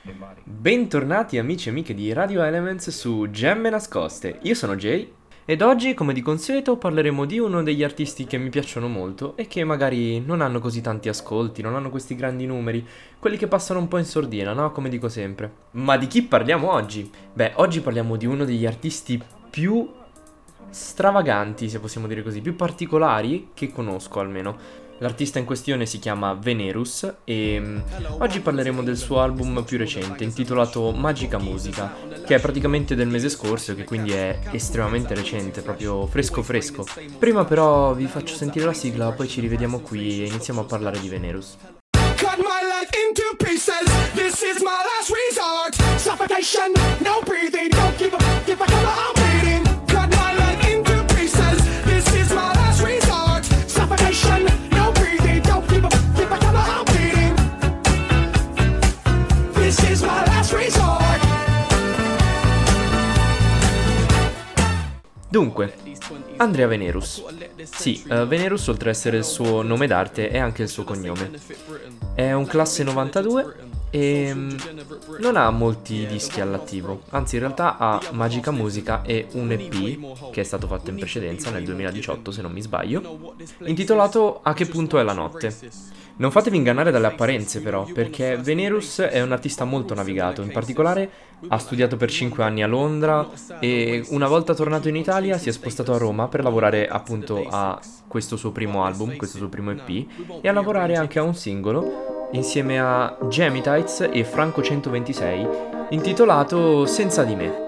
Bentornati amici e amiche di Radio Elements su Gemme Nascoste. Io sono Jay ed oggi, come di consueto, parleremo di uno degli artisti che mi piacciono molto e che magari non hanno così tanti ascolti, non hanno questi grandi numeri, quelli che passano un po' in sordina, no? Come dico sempre. Ma di chi parliamo oggi? Beh, oggi parliamo di uno degli artisti più stravaganti, se possiamo dire così, più particolari che conosco almeno. L'artista in questione si chiama Venerus e oggi parleremo del suo album più recente, intitolato Magica Musica, che è praticamente del mese scorso, che quindi è estremamente recente, proprio fresco fresco. Prima però vi faccio sentire la sigla, poi ci rivediamo qui e iniziamo a parlare di Venerus. Cut my life into pieces. This is my last resort. Suffocation, no breathing. Don't give up, give a color, I'm bleeding. Cut my life into pieces. This is my last resort. Suffocation, no breathing. Don't give up, give a color, I'm bleeding. This is my last resort. Dunque, Andrea Venerus. Sì, Venerus, oltre ad essere il suo nome d'arte, è anche il suo cognome. È un classe 92 e non ha molti dischi all'attivo. Anzi, in realtà ha Magica Musica e un EP, che è stato fatto in precedenza, nel 2018 se non mi sbaglio, intitolato A che punto è la notte. Non fatevi ingannare dalle apparenze però, perché Venerus è un artista molto navigato. In particolare ha studiato per 5 anni a Londra e una volta tornato in Italia si è spostato a Roma per lavorare appunto a questo suo primo album, questo suo primo EP, e a lavorare anche a un singolo insieme a Gemitites e Franco 126 intitolato Senza di me.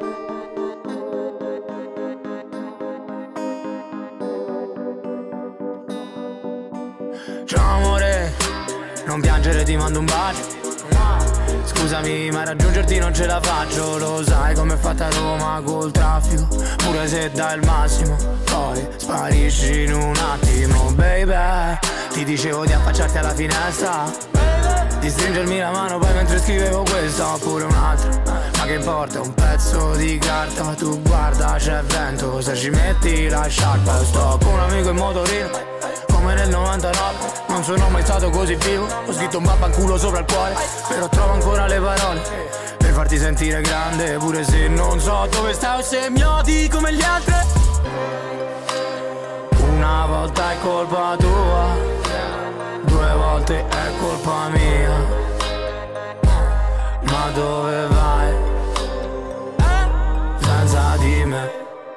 Ciao amore, non piangere, ti mando un bacio. Scusami, ma raggiungerti non ce la faccio. Lo sai com'è fatta Roma col traffico. Pure se dai il massimo, poi sparisci in un attimo, baby. Ti dicevo di affacciarti alla finestra, di stringermi la mano poi mentre scrivevo questa oppure un'altra. Ma che importa, un pezzo di carta. Tu guarda, c'è vento, se ci metti la sciarpa. Sto con un amico in motorino, come nel 99. Non sono mai stato così vivo. Ho scritto un vaffanculo sopra il cuore, però trovo ancora le parole per farti sentire grande, pure se non so dove stai o se mi odi come gli altri. Una volta è colpa tua, 2 volte è colpa mia. Ma dove vai senza di me?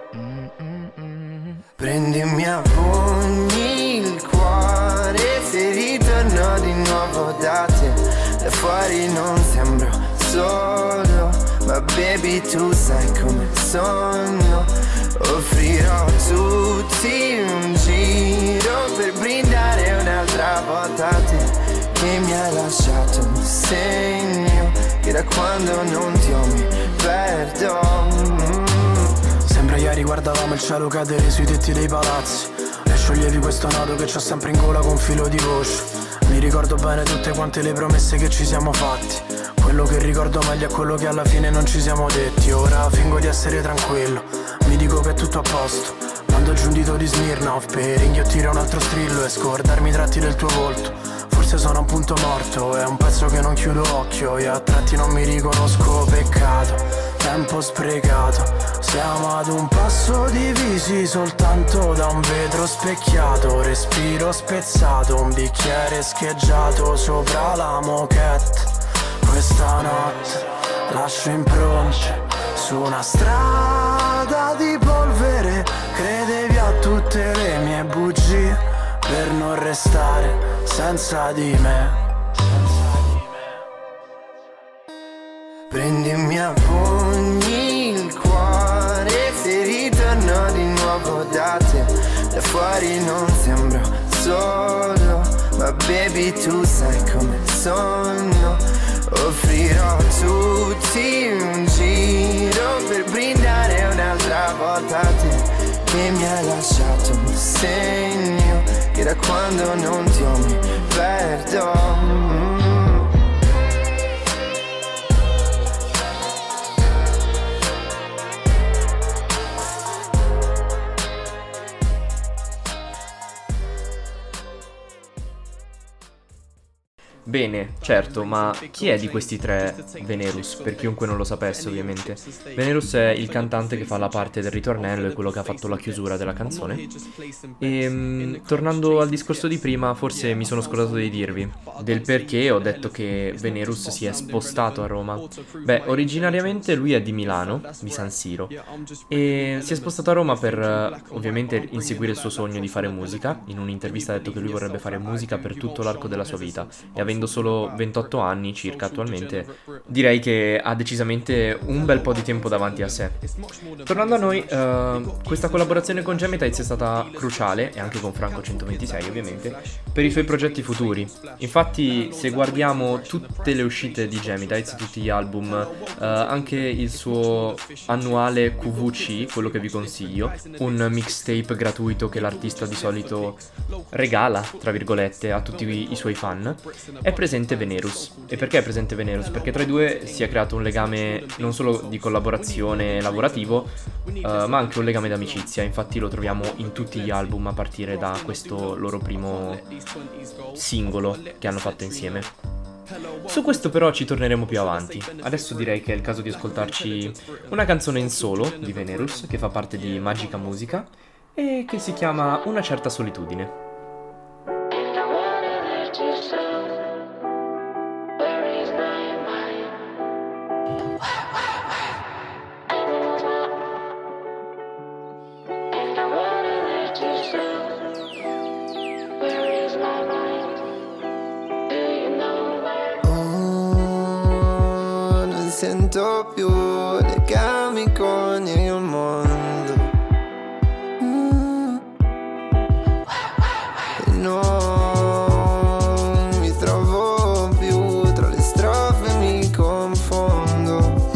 Prendimi a pugni il cuore se ritorno di nuovo da te. Da fuori non sembro solo, ma baby tu sai come sono. Offrirò tutti un giro per brindare un'altra volta a te, che mi hai lasciato un segno che da quando non ti ho mi perdo. Sembra ieri guardavamo il cielo cadere sui tetti dei palazzi e scioglievi questo nodo che c'ho sempre in gola con filo di voce. Mi ricordo bene tutte quante le promesse che ci siamo fatti. Quello che ricordo meglio è quello che alla fine non ci siamo detti. Ora fingo di essere tranquillo, mi dico che è tutto a posto. Mando giù un dito di Smirnoff per inghiottire un altro strillo e scordarmi i tratti del tuo volto. Forse sono un punto morto, è un pezzo che non chiudo occhio e a tratti non mi riconosco, peccato, tempo sprecato. Siamo ad un passo divisi soltanto da un vetro specchiato. Respiro spezzato, un bicchiere scheggiato sopra la moquette. Questa notte lascio impronte su una strada di polvere. Credevi a tutte le mie bugie per non restare senza di me. Prendimi a pugni il cuore se ritorno di nuovo da te. Da fuori non sembro solo, ma baby tu sai come sono. Offrirò tutti un giro per brindare un'altra volta a te, che mi hai lasciato un segno che da quando non ti ho mi perdo. Bene, certo, ma chi è di questi tre Venerus? Per chiunque non lo sapesse, ovviamente. Venerus è il cantante che fa la parte del ritornello e quello che ha fatto la chiusura della canzone. E tornando al discorso di prima, forse mi sono scordato di dirvi del perché ho detto che Venerus si è spostato a Roma. Beh, originariamente lui è di Milano, di San Siro, e si è spostato a Roma per ovviamente inseguire il suo sogno di fare musica. In un'intervista ha detto che lui vorrebbe fare musica per tutto l'arco della sua vita, e avendo solo 28 anni circa attualmente, direi che ha decisamente un bel po' di tempo davanti a sé. Tornando a noi, questa collaborazione con Gemitites è stata cruciale, e anche con Franco 126 ovviamente, per i suoi progetti futuri. Infatti, se guardiamo tutte le uscite di Gemitites, tutti gli album, anche il suo annuale QVC, quello che vi consiglio, un mixtape gratuito che l'artista di solito regala, tra virgolette, a tutti i suoi fan, è presente Venerus. E perché è presente Venerus? Perché tra i due si è creato un legame non solo di collaborazione lavorativo, ma anche un legame d'amicizia. Infatti lo troviamo in tutti gli album a partire da questo loro primo singolo che hanno fatto insieme. Su questo però ci torneremo più avanti. Adesso direi che è il caso di ascoltarci una canzone in solo di Venerus che fa parte di Magica Musica e che si chiama Una certa solitudine. Sento più legami con il mondo e non mi trovo più tra le strofe, mi confondo,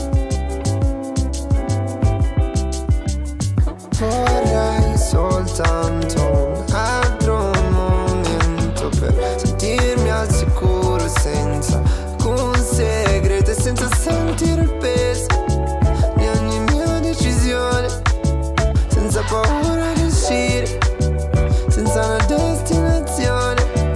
Vorrei soltanto un altro momento per sentirmi al sicuro senza alcun segreto e senza sentire il peso di ogni mia decisione, senza paura di uscire, senza una destinazione.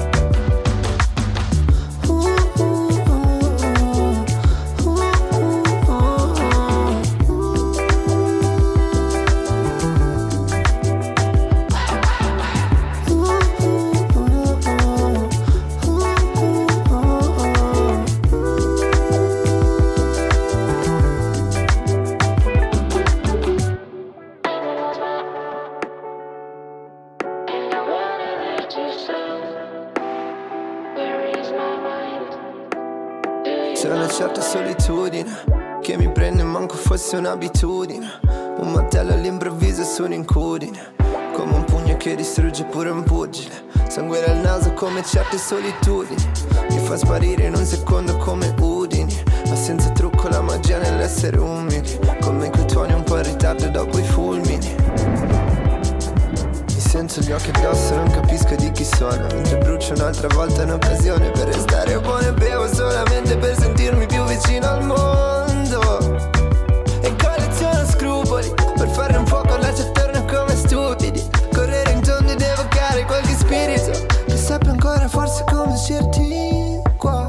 C'è una certa solitudine che mi prende manco fosse un'abitudine, un martello all'improvviso su un'incudine, come un pugno che distrugge pure un pugile, sangue dal naso come certe solitudini, mi fa sparire in un secondo come udini, ma senza trucco la magia nell'essere umili, come quei tuoni un po' in ritardo dopo i fulmini. Sento gli occhi addosso, non capisco di chi sono, mentre brucio un'altra volta un'occasione per restare buono e bevo solamente per sentirmi più vicino al mondo. E colleziono scrupoli per fare un fuoco là attorno come stupidi, correre in tondo ed evocare qualche spirito che sappia ancora forse come uscirti qua.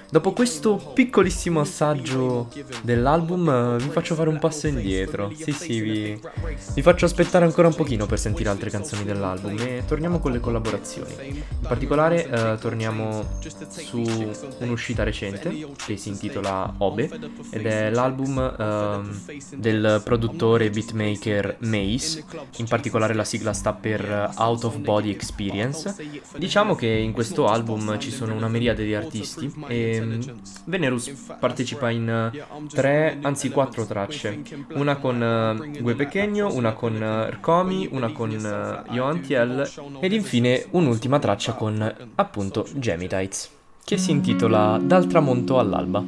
Dopo questo piccolissimo assaggio dell'album vi faccio fare un passo indietro. Sì, vi faccio aspettare ancora un pochino per sentire altre canzoni dell'album e torniamo con le collaborazioni. In particolare torniamo su un'uscita recente che si intitola Obe ed è l'album del produttore e beatmaker Mace. In particolare la sigla sta per Out of Body Experience. Diciamo che in questo album ci sono una miriade di artisti e Venerus partecipa in 4 tracce, una con Gue Pequeño, una con Rkomi, una con Johan Thiel ed infine un'ultima traccia con appunto Gemitites che si intitola Dal tramonto all'alba.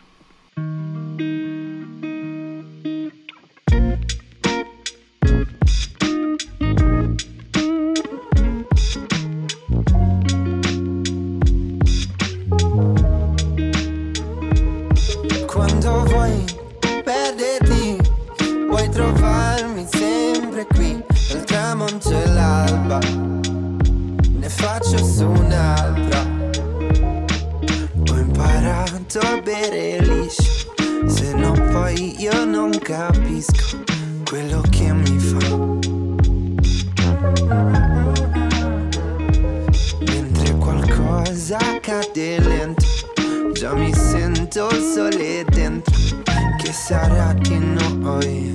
Quando vuoi perderti, vuoi trovarmi sempre qui, dal tramonto e l'alba, ne faccio su un'altra. Ho imparato a bere liscio, se no poi io non capisco quello che mi fa. Mentre qualcosa cade lento, già mi sento il sole dentro, che sarà di noi.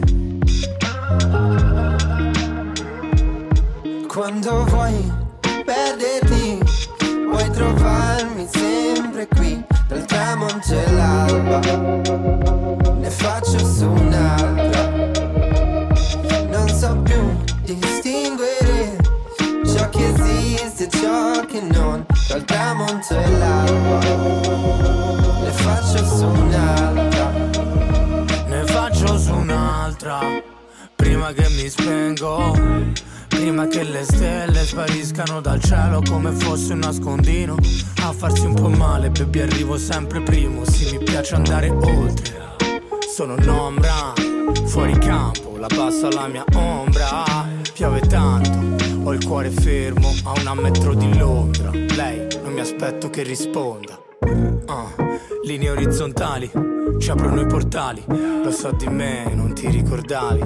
Quando vuoi perderti, vuoi trovarmi sempre qui, dal tramonto e l'alba, ne faccio su un'altra. Non so più distinguere ciò che esiste e ciò che non, dal tramonto e l'alba, ne faccio su un'altra. Ne faccio su un'altra, prima che mi spengo, prima che le stelle spariscano dal cielo come fosse un nascondino. A farsi un po' male, baby, arrivo sempre primo. Sì, mi piace andare oltre, sono un'ombra, fuori campo, la passo alla mia ombra. Piove tanto, ho il cuore fermo a 1 metro di Londra. Lei, non mi aspetto che risponda. Linee orizzontali, ci aprono i portali. Lo so di me, non ti ricordavi.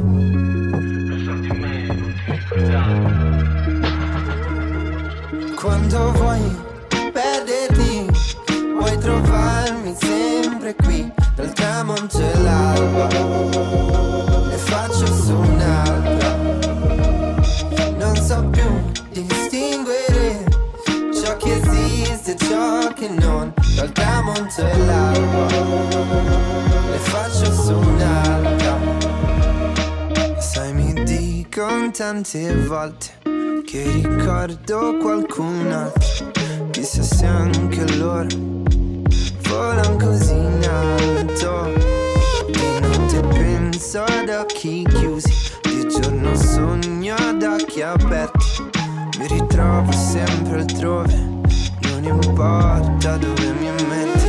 Quando vuoi perderti, vuoi trovarmi sempre qui, dal tramonto e l'alba, ne faccio su un'altra. Non so più distinguere ciò che esiste e ciò che non, dal tramonto e l'alba, ne faccio su un'altra. Sai, mi dicono tante volte che ricordo qualcun altro, chissà se anche loro volano così in alto. Di notte penso ad occhi chiusi, di giorno sogno ad occhi aperti. Mi ritrovo sempre altrove, non importa dove mi metti.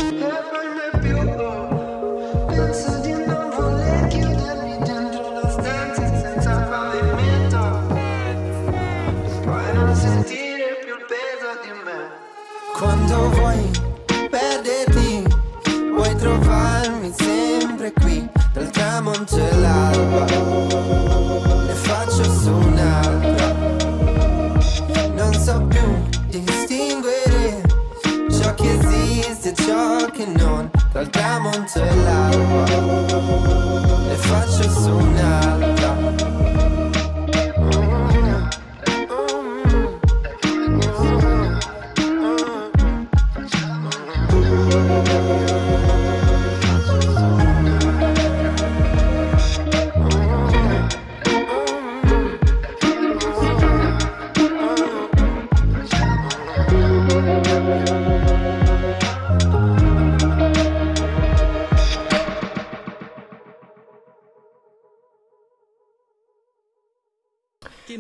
Penso di non voler chiudermi dentro una stanza senza pavimento, poi non sentire più il peso di me. Quando vuoi perderti, vuoi trovarmi sempre qui, dal tramonto e l'alba, ne faccio su un'altra. Non so più distinguere ciò che esiste e ciò che non, dal tramonto e l'alba, ne faccio su un'altra.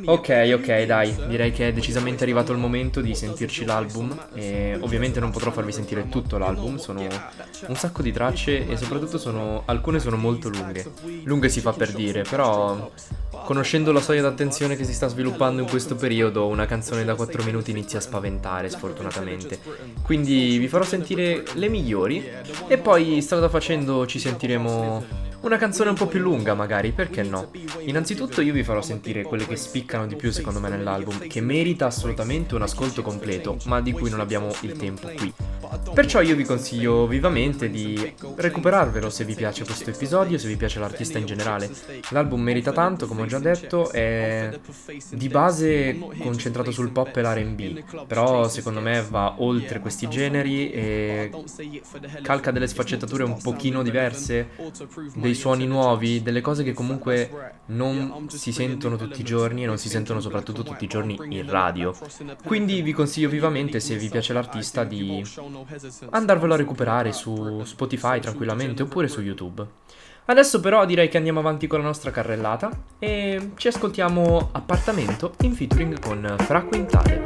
Ok, dai, direi che è decisamente arrivato il momento di sentirci l'album e ovviamente non potrò farvi sentire tutto l'album, sono un sacco di tracce e soprattutto alcune sono molto lunghe. Lunghe si fa per dire, però conoscendo la soglia d'attenzione che si sta sviluppando in questo periodo, una canzone da 4 minuti inizia a spaventare, sfortunatamente. Quindi vi farò sentire le migliori e poi strada facendo ci sentiremo una canzone un po' più lunga magari, perché no? Innanzitutto io vi farò sentire quelle che spiccano di più secondo me nell'album, che merita assolutamente un ascolto completo, ma di cui non abbiamo il tempo qui. Perciò io vi consiglio vivamente di recuperarvelo se vi piace questo episodio, se vi piace l'artista in generale. L'album merita tanto, come ho già detto, è di base concentrato sul pop e l'R&B, però secondo me va oltre questi generi e calca delle sfaccettature un pochino diverse, dei suoni nuovi, delle cose che comunque non si sentono tutti i giorni e non si sentono soprattutto tutti i giorni in radio. Quindi vi consiglio vivamente, se vi piace l'artista, di andarvelo a recuperare su Spotify tranquillamente oppure su YouTube. Adesso però direi che andiamo avanti con la nostra carrellata e ci ascoltiamo Appartamento in featuring con Fra Quintale.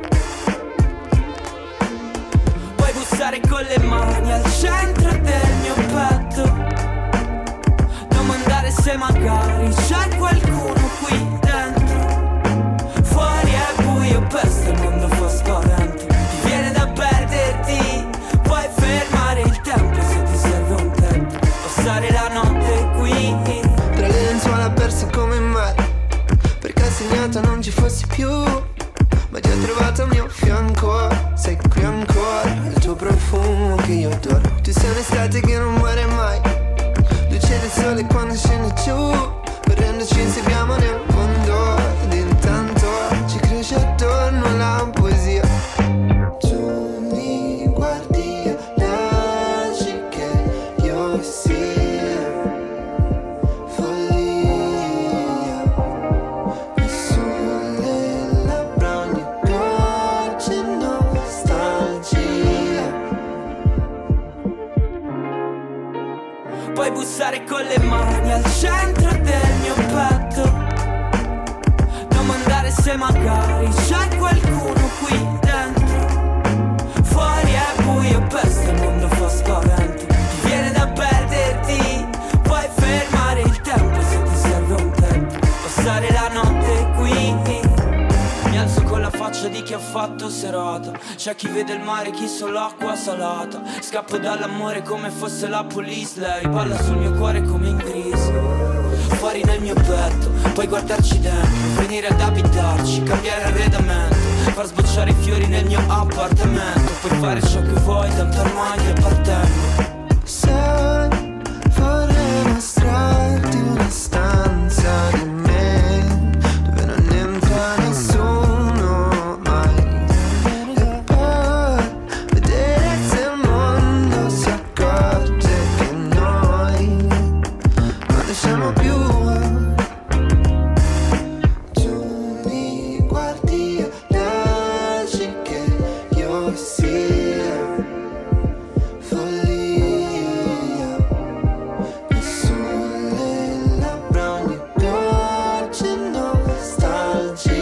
Puoi bussare con le mani al centro del mio petto, domandare se magari c'è qualcuno qui dentro. Fuori è buio, pesta, il mondo fa spavento, ti viene da perderti. Puoi fermare il tempo se ti serve un tempo, passare la notte qui tra le lenzuola perse come in mare, perché segnato non ci fossi più, ma ti ho trovato al mio fianco. Sei qui ancora, il tuo profumo che io adoro. Tu sei un'estate che non muore mai, luce del sole quando scende giù, correndoci inseguiamo nel mondo, ed intanto ci cresce attorno la poesia. Tu mi guardi, lasci che io sia follia, e sulle labbra ogni dolce nostalgia. Puoi bussare con le mani al centro del mio petto, domandare se magari c'è qualcuno qui dentro. Fuori è buio, pesta, il mondo fa spavento, ti viene da perderti. Puoi fermare il tempo se ti serve un tempo, passare la notte qui. Mi alzo con la faccia di chi ha fatto serata, c'è chi vede il mare, chi solo acqua salata. Scappo dall'amore come fosse la police, lei balla sul mio cuore come in crisi. Fuori nel mio petto, puoi guardarci dentro, venire ad abitarci, cambiare arredamento, far sbocciare i fiori nel mio appartamento. Puoi fare ciò che vuoi, tanto ormai ti appartengo. Sai, vorrei mostrarti una stanza di me, dove non entra nessuno mai, e poi vedere se il mondo si accorge che noi non ne siamo più. Tu mi guardi, lasci che io sia follia, e sulle labbra ogni dolce nostalgia.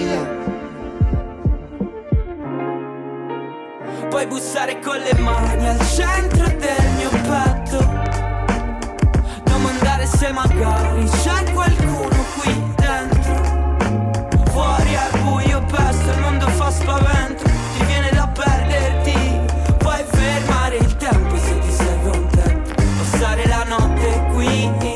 Puoi bussare con le mani al centro del mio petto, domandare se magari c'è qualcuno qui dentro. Fuori è buio, pesta, il mondo fa spavento, ti viene da perderti. Puoi fermare il tempo se ti serve un tempo, passare la notte qui.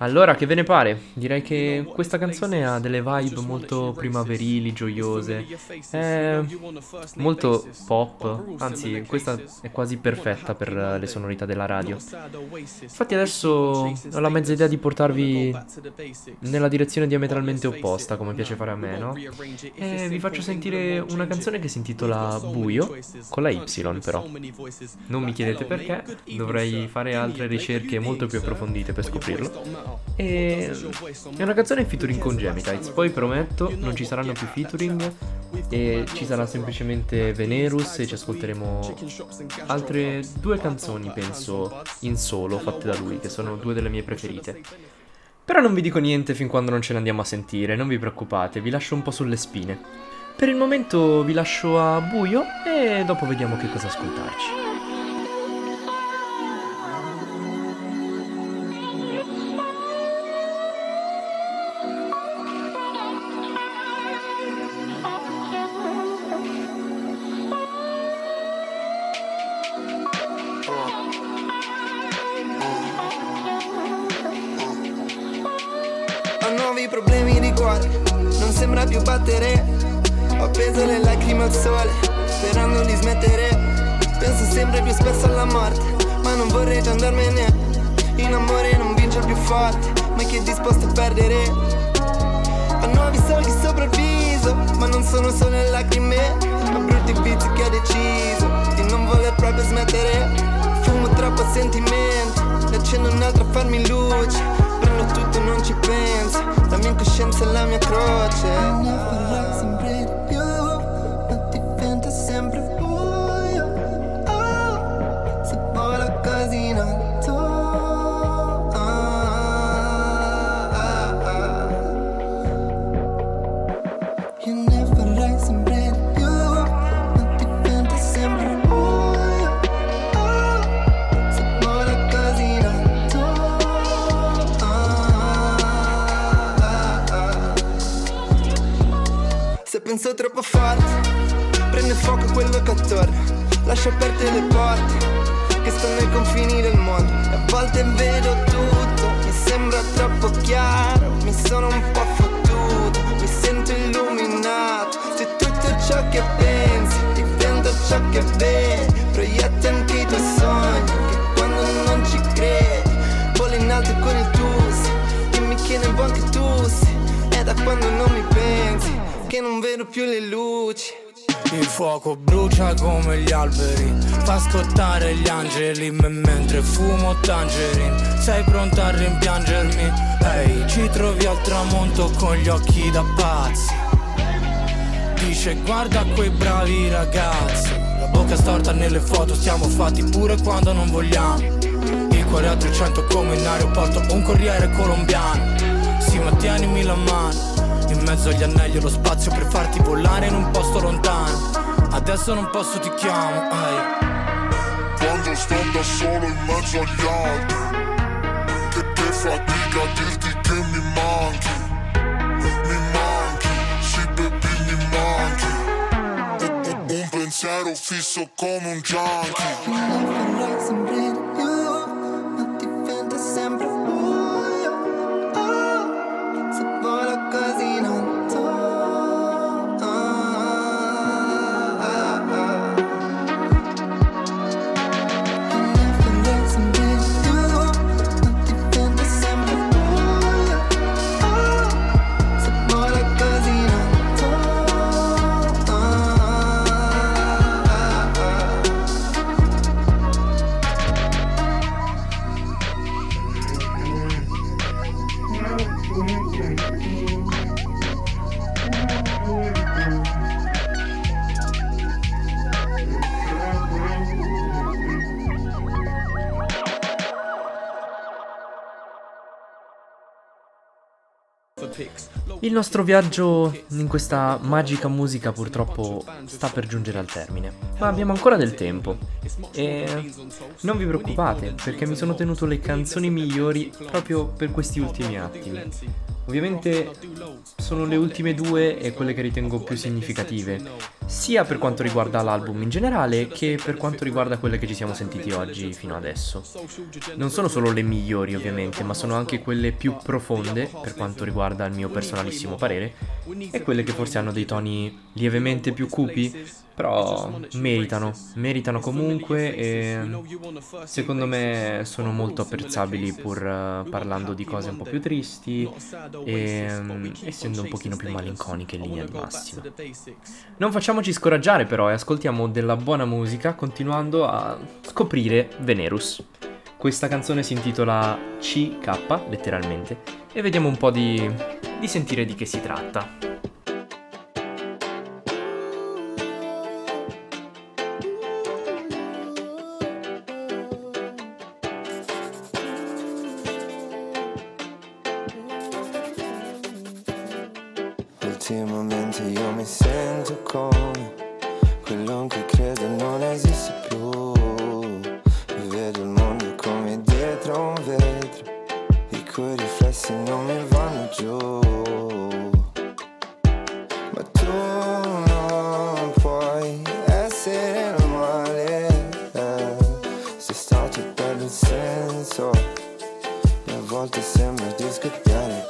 Allora, che ve ne pare? Direi che questa canzone ha delle vibe molto primaverili, gioiose, è molto pop, anzi questa è quasi perfetta per le sonorità della radio. Infatti adesso ho la mezza idea di portarvi nella direzione diametralmente opposta, come piace fare a me, no? E vi faccio sentire una canzone che si intitola Buio, con la Y però. Non mi chiedete perché, dovrei fare altre ricerche molto più approfondite per scoprirlo. E è una canzone in featuring con Gemitites. Poi prometto non ci saranno più featuring e ci sarà semplicemente Venerus e ci ascolteremo altre 2 canzoni, penso, in solo fatte da lui, che sono 2 delle mie preferite. Però non vi dico niente fin quando non ce ne andiamo a sentire, non vi preoccupate, vi lascio un po' sulle spine. Per il momento vi lascio a Buio e dopo vediamo che cosa ascoltarci. Ho nuovi problemi di cuore, non sembra più battere. Ho appeso le lacrime al sole, sperando di smettere. Penso sempre più spesso alla morte, ma non vorrei già andarmene. In amore non vince il più forte, ma chi è disposto a perdere. Ho nuovi solchi sopra il viso, ma non sono solo le lacrime. Ho brutti vizi che ho deciso di non voler proprio smettere. Fumo troppo sentimento, ne accendo un altro a farmi luce. Prendo tutto e non ci penso, la mia incoscienza è la mia croce. Ne vorrei sempre di più, ma diventa sempre buio. Oh, se vola così in alto. Io ne vorrei sempre di più, ma diventa sempre buio. Oh, se vola così in alto. Se penso troppo forte, prende fuoco quello che attorno. Lascio aperte le porte che stanno ai confini del mondo. E a volte vedo tutto, mi sembra troppo chiaro. Mi sono un po' fottuto, mi sento illuminato. Se tutto ciò che pensi diventa ciò che vedi, proietti anche i tuoi sogni, che quando non ci credi vola in alto con il tusi. Dimmi che ne vuoi anche tu sei, è da quando non mi pensi che non vedo più le luci. Il fuoco brucia come gli alberi, fa scottare gli angeli, mentre fumo tangerine. Sei pronta a rimpiangermi? Ehi, ci trovi al tramonto con gli occhi da pazzi. Dice guarda quei bravi ragazzi, la bocca storta nelle foto, stiamo fatti pure quando non vogliamo. Il cuore a 300 come in aeroporto, un corriere colombiano. Sì, ma tienimi la mano, in mezzo agli anelli ho lo spazio per farti volare in un posto lontano. Adesso non posso, ti chiamo, ehi. Quando sto da solo in mezzo agli altri, che fatica a dirti che mi manchi. Mi manchi, sì baby mi manchi. Un pensiero fisso come un junkie. Ne vorrei sempre di più, ma diventa sempre buio. Oh, se vola così in alto. Il nostro viaggio in questa magica musica purtroppo sta per giungere al termine, ma abbiamo ancora del tempo e non vi preoccupate perché mi sono tenuto le canzoni migliori proprio per questi ultimi attimi. Ovviamente sono le ultime due e quelle che ritengo più significative, sia per quanto riguarda l'album in generale che per quanto riguarda quelle che ci siamo sentiti oggi fino adesso. Non sono solo le migliori ovviamente, ma sono anche quelle più profonde per quanto riguarda il mio personalissimo parere e quelle che forse hanno dei toni lievemente più cupi, però meritano comunque e secondo me sono molto apprezzabili pur parlando di cose un po' più tristi e essendo un pochino più malinconiche in linea di massima. Non facciamoci scoraggiare però e ascoltiamo della buona musica continuando a scoprire Venerus. Questa canzone si intitola CK, letteralmente, e vediamo un po' di sentire di che si tratta. Ultimamente io mi sento come quello che credo non esiste più. E vedo il mondo come dietro un vetro, i cui riflessi non mi vanno giù. Ma tu non puoi essere normale, sei stato bello il senso e a volte sembra di scoppiare,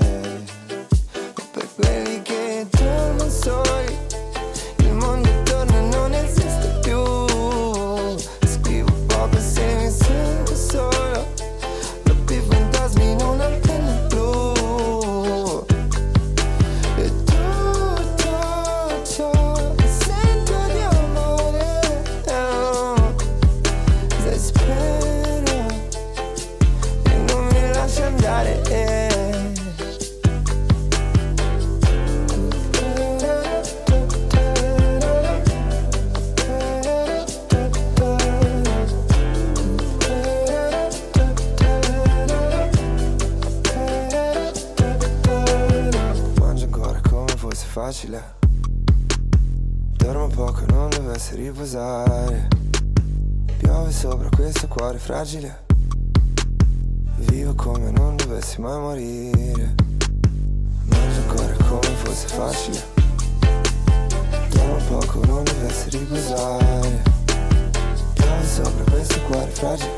per quelli che dormono soli, il mondo torna e non esiste più. Scrivo poco se mi sento solo, troppi fantasmi in una penna blu. E tutto ciò che sento di amore, se spero e non mi lascio andare, facile. Dormo poco, non dovessi riposare. Piove sopra questo cuore fragile. Vivo come non dovessi mai morire. Mangio ancora come fosse facile. Dormo poco, non dovessi riposare. Piove sopra questo cuore fragile.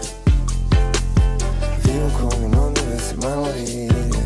Vivo come non dovessi mai morire.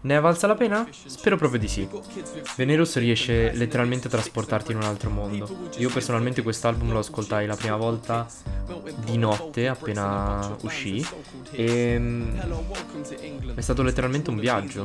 Ne è valsa la pena? Spero proprio di sì. Venerus riesce letteralmente a trasportarti in un altro mondo. Io personalmente quest'album lo ascoltai la prima volta di notte appena uscì e è stato letteralmente un viaggio.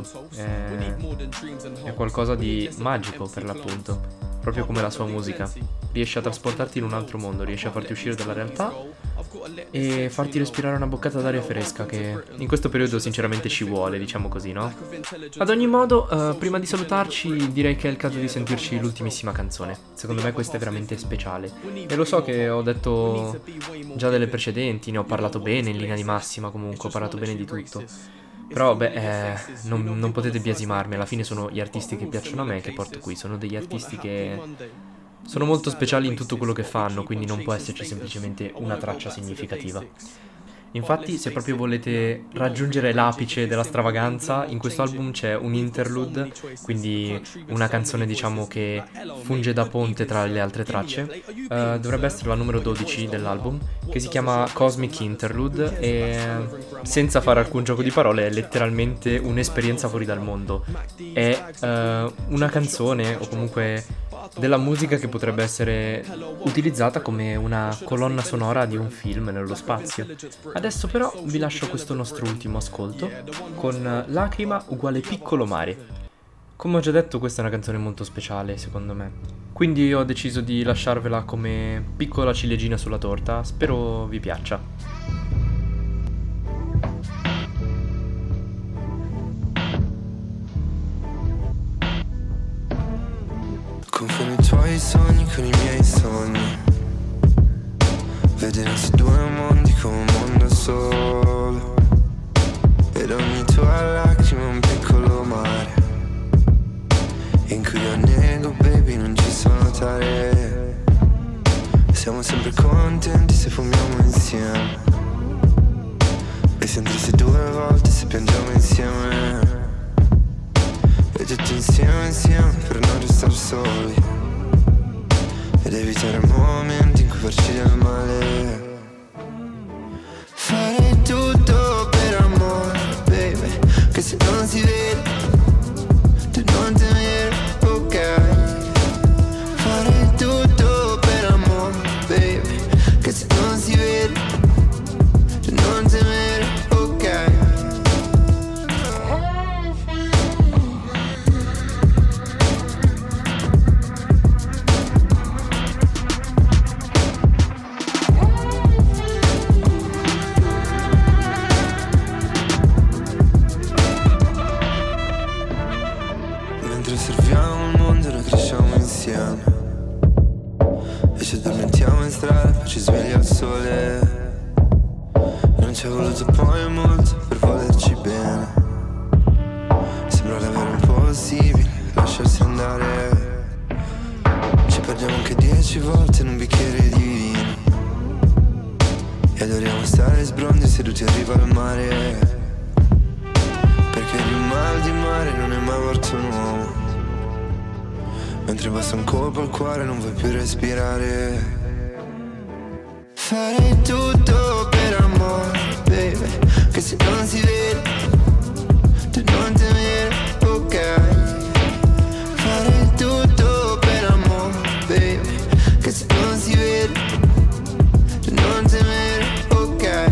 È qualcosa di magico per l'appunto, proprio come la sua musica. Riesce a trasportarti in un altro mondo, riesce a farti uscire dalla realtà e farti respirare una boccata d'aria fresca che in questo periodo sinceramente ci vuole, diciamo così, no? Ad ogni modo, prima di salutarci direi che è il caso di sentirci l'ultimissima canzone. Secondo me questa è veramente speciale e lo so che ho detto già delle precedenti, ne ho parlato bene in linea di massima, comunque ho parlato bene di tutto. Però non potete biasimarmi, alla fine sono gli artisti che piacciono a me che porto qui, sono degli artisti che sono molto speciali in tutto quello che fanno, quindi non può esserci semplicemente una traccia significativa. Infatti, se proprio volete raggiungere l'apice della stravaganza, in questo album c'è un interlude, quindi una canzone diciamo che funge da ponte tra le altre tracce. Dovrebbe essere la numero 12 dell'album, che si chiama Cosmic Interlude e senza fare alcun gioco di parole è letteralmente un'esperienza fuori dal mondo. È una canzone o comunque della musica che potrebbe essere utilizzata come una colonna sonora di un film nello spazio. Adesso però vi lascio questo nostro ultimo ascolto con Lacrima uguale piccolo mare. Come ho già detto, questa è una canzone molto speciale secondo me, quindi ho deciso di lasciarvela come piccola ciliegina sulla torta. Spero vi piaccia. Confondo i tuoi sogni con i miei sogni. Vedersi due mondi come un mondo solo. Ed ogni tua lacrima è un piccolo mare in cui io nego, baby, non ci so notare. Siamo sempre contenti se fumiamo insieme e siamo tristi due volte se piangiamo insieme. E tutti insieme per non restare soli ed evitare momenti in cui farci del male. Farei tutto per amore, baby, che se non si vede tu non temere, ok. Farei tutto per amore, baby, che se non si vede tu non temere, ok. Osserviamo il mondo e noi cresciamo insieme e ci addormentiamo in strada, poi ci sveglia il sole. Non ci è voluto poi molto per volerci bene. Sembra davvero impossibile lasciarsi andare. Ci perdiamo anche 10 volte in un bicchiere di vino e adoriamo stare sbrondi seduti a riva al mare, perché di un mal di mare non è mai morto un uomo. Mentre basta un colpo al cuore non vuoi più respirare. Farei tutto per amore, baby, che se non si vede tu non temere, ok. Farei tutto per amore, baby, che se non si vede tu non temere, ok.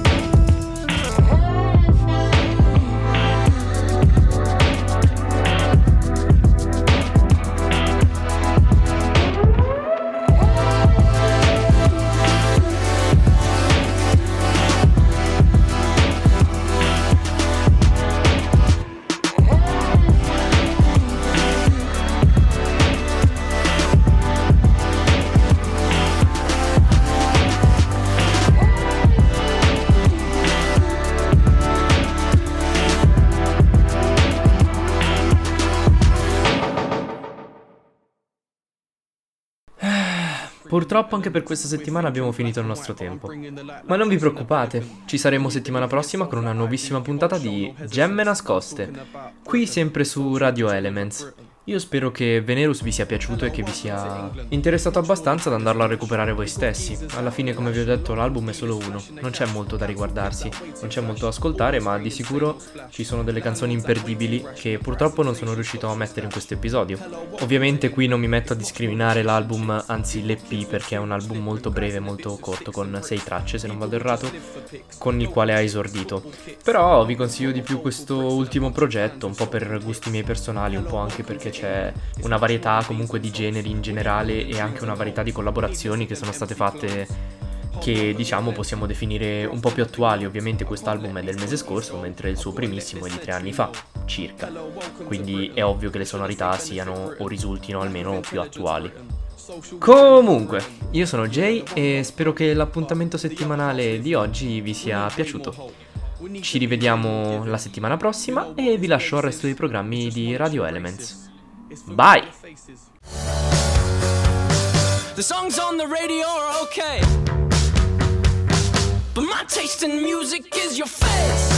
Purtroppo anche per questa settimana abbiamo finito il nostro tempo. Ma non vi preoccupate, ci saremo settimana prossima con una nuovissima puntata di Gemme Nascoste, qui sempre su Radio Elements. Io spero che Venerus vi sia piaciuto e che vi sia interessato abbastanza ad andarlo a recuperare voi stessi. Alla fine, come vi ho detto, l'album è solo uno, non c'è molto da riguardarsi, non c'è molto da ascoltare, ma di sicuro ci sono delle canzoni imperdibili che purtroppo non sono riuscito a mettere in questo episodio. Ovviamente qui non mi metto a discriminare l'album, anzi l'EP, perché è un album molto breve, molto corto, con 6 tracce se non vado errato, con il quale ha esordito. Però vi consiglio di più questo ultimo progetto, un po' per gusti miei personali, un po' anche perché c'è una varietà comunque di generi in generale e anche una varietà di collaborazioni che sono state fatte, che diciamo possiamo definire un po' più attuali. Ovviamente quest'album è del mese scorso, mentre il suo primissimo è di 3 anni fa circa, quindi è ovvio che le sonorità siano o risultino almeno più attuali. Comunque, io sono Jay e spero che l'appuntamento settimanale di oggi vi sia piaciuto. Ci rivediamo la settimana prossima e vi lascio al resto dei programmi di Radio Elements. Bye! The songs on the radio are okay, but my taste in music is your face.